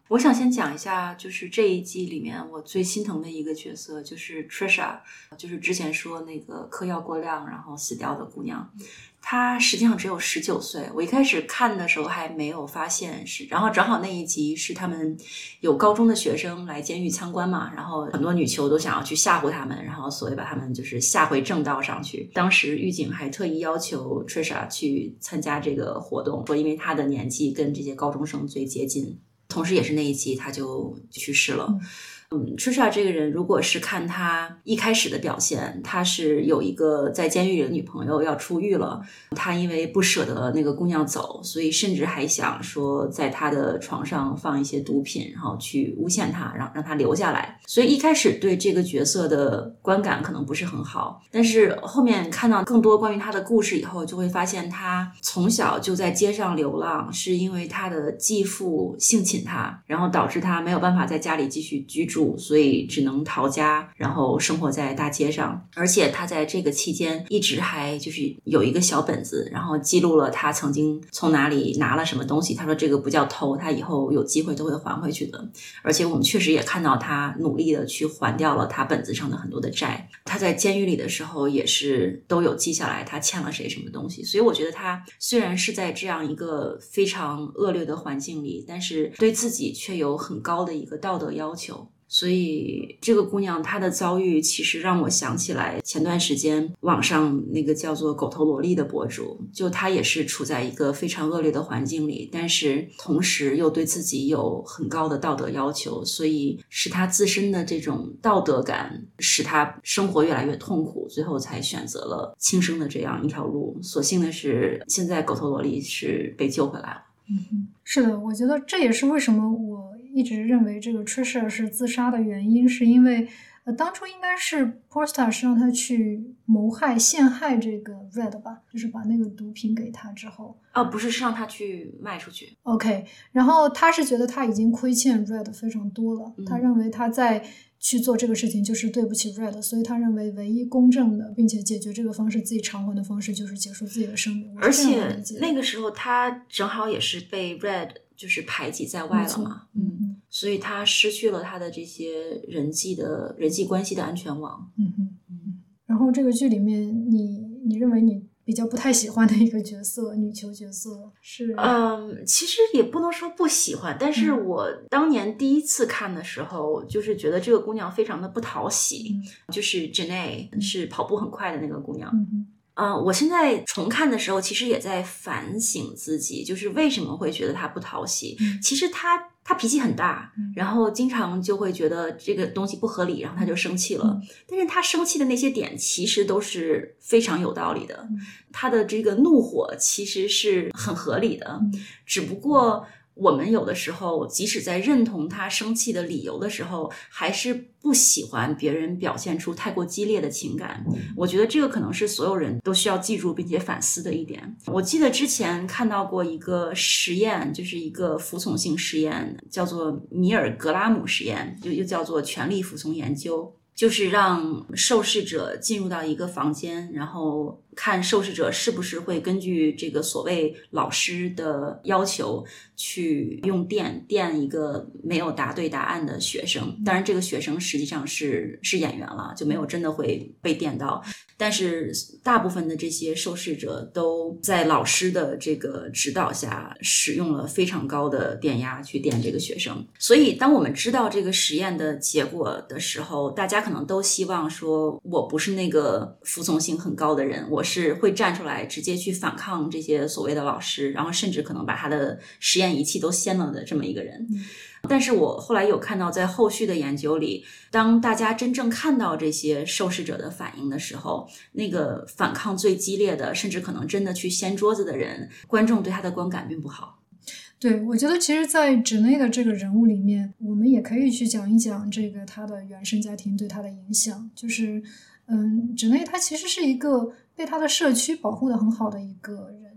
我想先讲一下，就是这一季里面我最心疼的一个角色，就是 Trisha， 就是之前说那个嗑药过量然后死掉的姑娘。她实际上只有19岁，我一开始看的时候还没有发现是，然后正好那一集是他们有高中的学生来监狱参观嘛，然后很多女囚都想要去吓唬他们，然后所以把他们就是吓回正道上去。当时狱警还特意要求 Trisha 去参加这个活动，说因为她的年纪跟这些高中生最接近，同时也是那一集她就去世了。Trisha 这个人，如果是看他一开始的表现，他是有一个在监狱里的女朋友要出狱了，他因为不舍得那个姑娘走，所以甚至还想说在他的床上放一些毒品，然后去诬陷他，让他留下来。所以一开始对这个角色的观感可能不是很好，但是后面看到更多关于他的故事以后，就会发现他从小就在街上流浪，是因为他的继父性侵他，然后导致他没有办法在家里继续居住，所以只能逃家，然后生活在大街上。而且他在这个期间一直还就是有一个小本子，然后记录了他曾经从哪里拿了什么东西，他说这个不叫偷，他以后有机会都会还回去的。而且我们确实也看到他努力的去还掉了他本子上的很多的债，他在监狱里的时候也是都有记下来他欠了谁什么东西。所以我觉得他虽然是在这样一个非常恶劣的环境里，但是对自己却有很高的一个道德要求。所以这个姑娘她的遭遇其实让我想起来前段时间网上那个叫做狗头萝莉的博主，就她也是处在一个非常恶劣的环境里，但是同时又对自己有很高的道德要求，所以是她自身的这种道德感使她生活越来越痛苦，最后才选择了轻生的这样一条路。所幸的是现在狗头萝莉是被救回来了。 是的，我觉得这也是为什么我一直认为这个 Trisha 是自杀的原因，是因为当初应该是 Portia 是让他去谋害陷害这个 Red 吧，就是把那个毒品给他之后不是让他去卖出去。 OK， 然后他是觉得他已经亏欠 Red 非常多了，他认为他在去做这个事情就是对不起 Red， 所以他认为唯一公正的并且解决这个方式自己偿还的方式就是结束自己的生命。 而且那个时候他正好也是被 Red 就是排挤在外了嘛，所以他失去了他的这些人际关系的安全网。 然后这个剧里面你认为你比较不太喜欢的一个角色，女囚角色是其实也不能说不喜欢，但是我当年第一次看的时候就是觉得这个姑娘非常的不讨喜，就是 Janae 是跑步很快的那个姑娘。我现在重看的时候其实也在反省自己，就是为什么会觉得她不讨喜。其实她脾气很大，然后经常就会觉得这个东西不合理，然后她就生气了。但是她生气的那些点其实都是非常有道理的，她的这个怒火其实是很合理的，只不过我们有的时候即使在认同他生气的理由的时候，还是不喜欢别人表现出太过激烈的情感。我觉得这个可能是所有人都需要记住并且反思的一点。我记得之前看到过一个实验，就是一个服从性实验，叫做米尔格拉姆实验，又叫做权力服从研究。就是让受试者进入到一个房间，然后看受试者是不是会根据这个所谓老师的要求去用电一个没有答对答案的学生。当然这个学生实际上是演员了，就没有真的会被电到，但是大部分的这些受试者都在老师的这个指导下使用了非常高的电压去电这个学生。所以当我们知道这个实验的结果的时候，大家可能都希望说，我不是那个服从性很高的人，我是会站出来直接去反抗这些所谓的老师，然后甚至可能把他的实验仪器都掀了的这么一个人。但是我后来有看到在后续的研究里，当大家真正看到这些受试者的反应的时候，那个反抗最激烈的，甚至可能真的去掀桌子的人，观众对他的观感并不好。 对，我觉得其实在Janae的这个人物里面，我们也可以去讲一讲这个他的原生家庭对他的影响。就是Janae他其实是一个被他的社区保护得很好的一个人，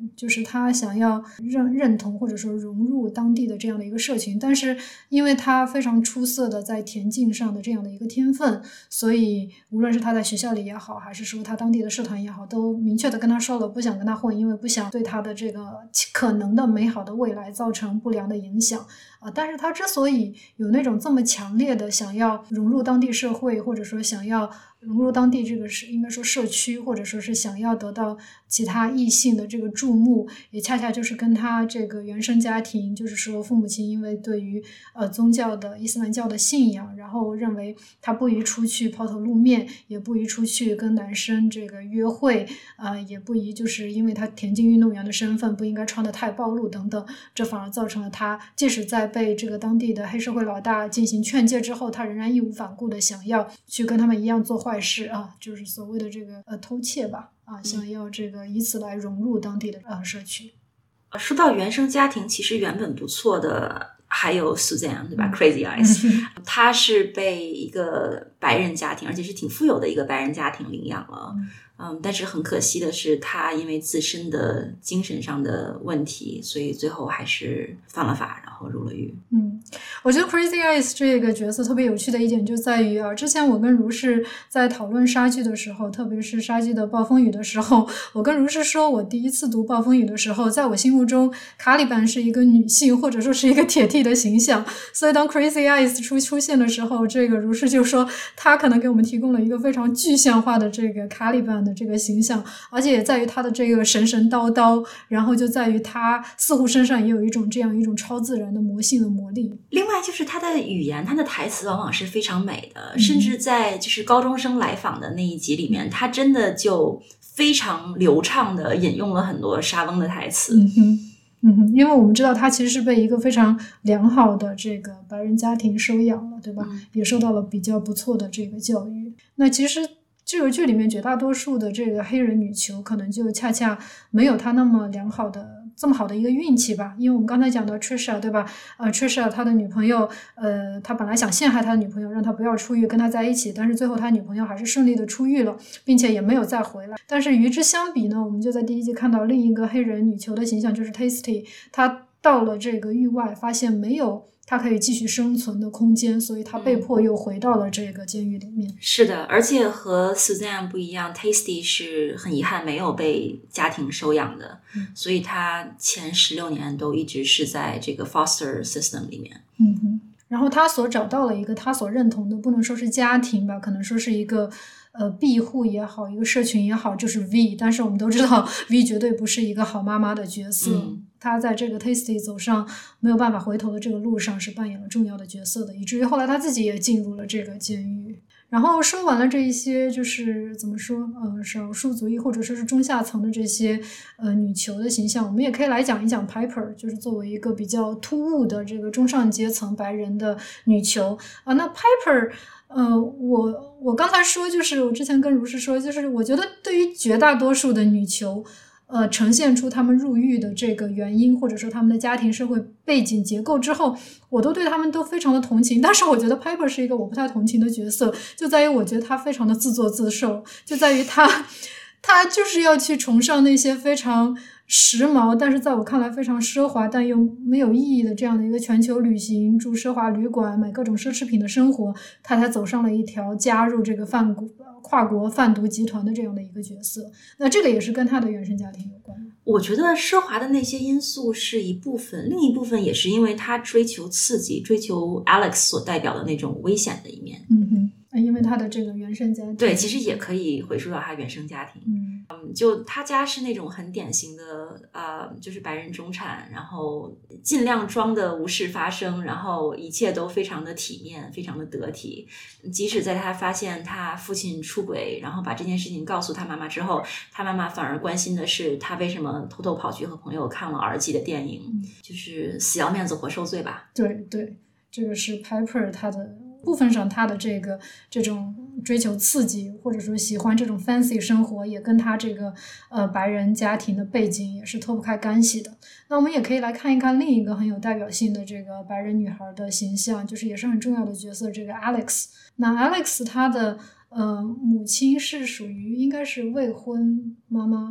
人，就是他想要认同或者说融入当地的这样的一个社群，但是因为他非常出色的在田径上的这样的一个天分，所以无论是他在学校里也好，还是说他当地的社团也好，都明确的跟他说了不想跟他混，因为不想对他的这个可能的美好的未来造成不良的影响但是他之所以有那种这么强烈的想要融入当地社会，或者说想要融入当地这个应该说社区，或者说是想要得到其他异性的这个注目，也恰恰就是跟他这个原生家庭，就是说父母亲因为对于宗教的伊斯兰教的信仰，然后认为他不宜出去抛头露面，也不宜出去跟男生这个约会也不宜就是因为他田径运动员的身份不应该穿得太暴露等等，这反而造成了他即使在被这个当地的黑社会老大进行劝诫之后，他仍然义无反顾的想要去跟他们一样做坏事就是所谓的这个偷窃吧想要这个以此来融入当地的社区。 说到原生家庭，其实原本不错的还有 Suzanne 对吧？Crazy Eyes 她是被一个白人家庭，而且是挺富有的一个白人家庭领养了但是很可惜的是她因为自身的精神上的问题，所以最后还是犯了法，然后入了狱。 我觉得 Crazy Eyes 这个角色特别有趣的一点就在于之前我跟如是在讨论莎剧的时候，特别是莎剧的暴风雨的时候，我跟如是说我第一次读暴风雨的时候，在我心目中卡里班是一个女性或者说是一个铁 T 的形象，所以当 Crazy Eyes 出现的时候，这个如是就说她可能给我们提供了一个非常具象化的这个卡里班的这个形象，而且也在于她的这个神神叨叨，然后就在于她似乎身上也有一种这样一种超自然的魔性的魔力。 另外就是他的语言，他的台词往往是非常美的甚至在就是高中生来访的那一集里面他真的就非常流畅的引用了很多莎翁的台词因为我们知道他其实是被一个非常良好的这个白人家庭收养了，对吧也受到了比较不错的这个教育。那其实这个剧里面绝大多数的这个黑人女囚可能就恰恰没有他那么良好的这么好的一个运气吧，因为我们刚才讲到 Trisha 对吧Trisha 他的女朋友他本来想陷害他的女朋友让他不要出狱跟他在一起，但是最后他女朋友还是顺利的出狱了，并且也没有再回来。但是与之相比呢，我们就在第一集看到另一个黑人女囚的形象，就是 Tasty， 她到了这个狱外发现没有他可以继续生存的空间，所以他被迫又回到了这个监狱里面是的，而且和 Suzanne 不一样 Tasty 是很遗憾没有被家庭收养的所以他前16年都一直是在这个 foster system 里面然后他所找到了一个他所认同的，不能说是家庭吧，可能说是一个庇护也好，一个社群也好，就是 V， 但是我们都知道 V 绝对不是一个好妈妈的角色他在这个 Tasty 走上没有办法回头的这个路上是扮演了重要的角色的，以至于后来他自己也进入了这个监狱。然后说完了这一些就是怎么说少数族裔或者说是中下层的这些女囚的形象，我们也可以来讲一讲 Piper， 就是作为一个比较突兀的这个中上阶层白人的女囚那 Piper我刚才说就是我之前跟如是说，就是我觉得对于绝大多数的女囚呈现出他们入狱的这个原因，或者说他们的家庭社会背景结构之后，我都对他们都非常的同情。但是我觉得 Piper 是一个我不太同情的角色，就在于我觉得他非常的自作自受，就在于他就是要去崇尚那些非常时髦但是在我看来非常奢华但又没有意义的这样的一个全球旅行，住奢华旅馆，买各种奢侈品的生活，他才走上了一条加入这个跨国贩毒集团的这样的一个角色。那这个也是跟他的原生家庭有关。 我觉得奢华的那些因素是一部分，另一部分也是因为他追求刺激，追求 Alex 所代表的那种危险的一面因为他的这个原生家庭， 对，其实也可以回溯到他原生家庭就他家是那种很典型的就是白人中产，然后尽量装的无事发生，然后一切都非常的体面，非常的得体。即使在他发现他父亲出轨，然后把这件事情告诉他妈妈之后，他妈妈反而关心的是他为什么偷偷跑去和朋友看了R级的电影就是死要面子活受罪吧。 对对，这个是 Piper 他的部分上他的这种追求刺激或者说喜欢这种 fancy 生活也跟他这个白人家庭的背景也是脱不开干系的。那我们也可以来看一看另一个很有代表性的这个白人女孩的形象，就是也是很重要的角色，这个 Alex。 那 Alex 她的母亲是属于应该是未婚妈妈，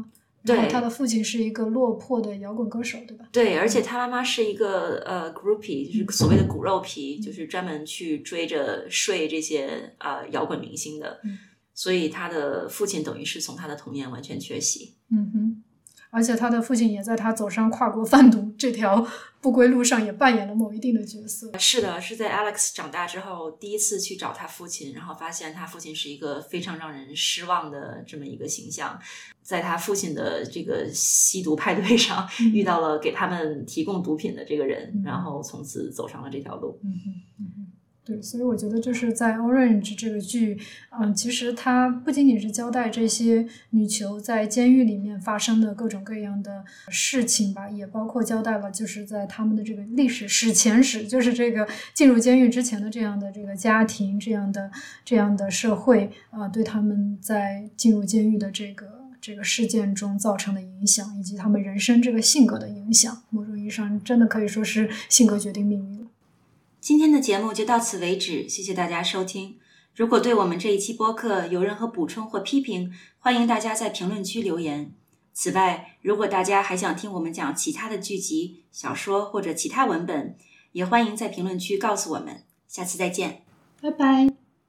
对， 然后他的父亲是一个落魄的摇滚歌手，对吧？ 对，而且他妈妈是一个groupie，就是所谓的骨肉皮，就是专门去追着睡这些摇滚明星的，所以他的父亲等于是从他的童年完全缺席。 而且他的父亲也在他走上跨国贩毒这条不归路上也扮演了某一定的角色。 是的，是在 Alex 长大之后第一次去找他父亲，然后发现他父亲是一个非常让人失望的这么一个形象，在他父亲的这个吸毒派对上遇到了给他们提供毒品的这个人，然后从此走上了这条路。 对，所以我觉得就是在 Orange 这个剧，其实它不仅仅是交代这些女囚在监狱里面发生的各种各样的事情吧，也包括交代了就是在他们的这个历史史前史，就是这个进入监狱之前的这样的这个家庭，这样的社会，对他们在进入监狱的这个事件中造成的影响，以及他们人生这个性格的影响，某种意义上真的可以说是性格决定命运了。 今天的节目就到此为止，谢谢大家收听。如果对我们这一期播客有任何补充或批评，欢迎大家在评论区留言。此外，如果大家还想听我们讲其他的剧集、小说或者其他文本，也欢迎在评论区告诉我们。下次再见， 拜拜。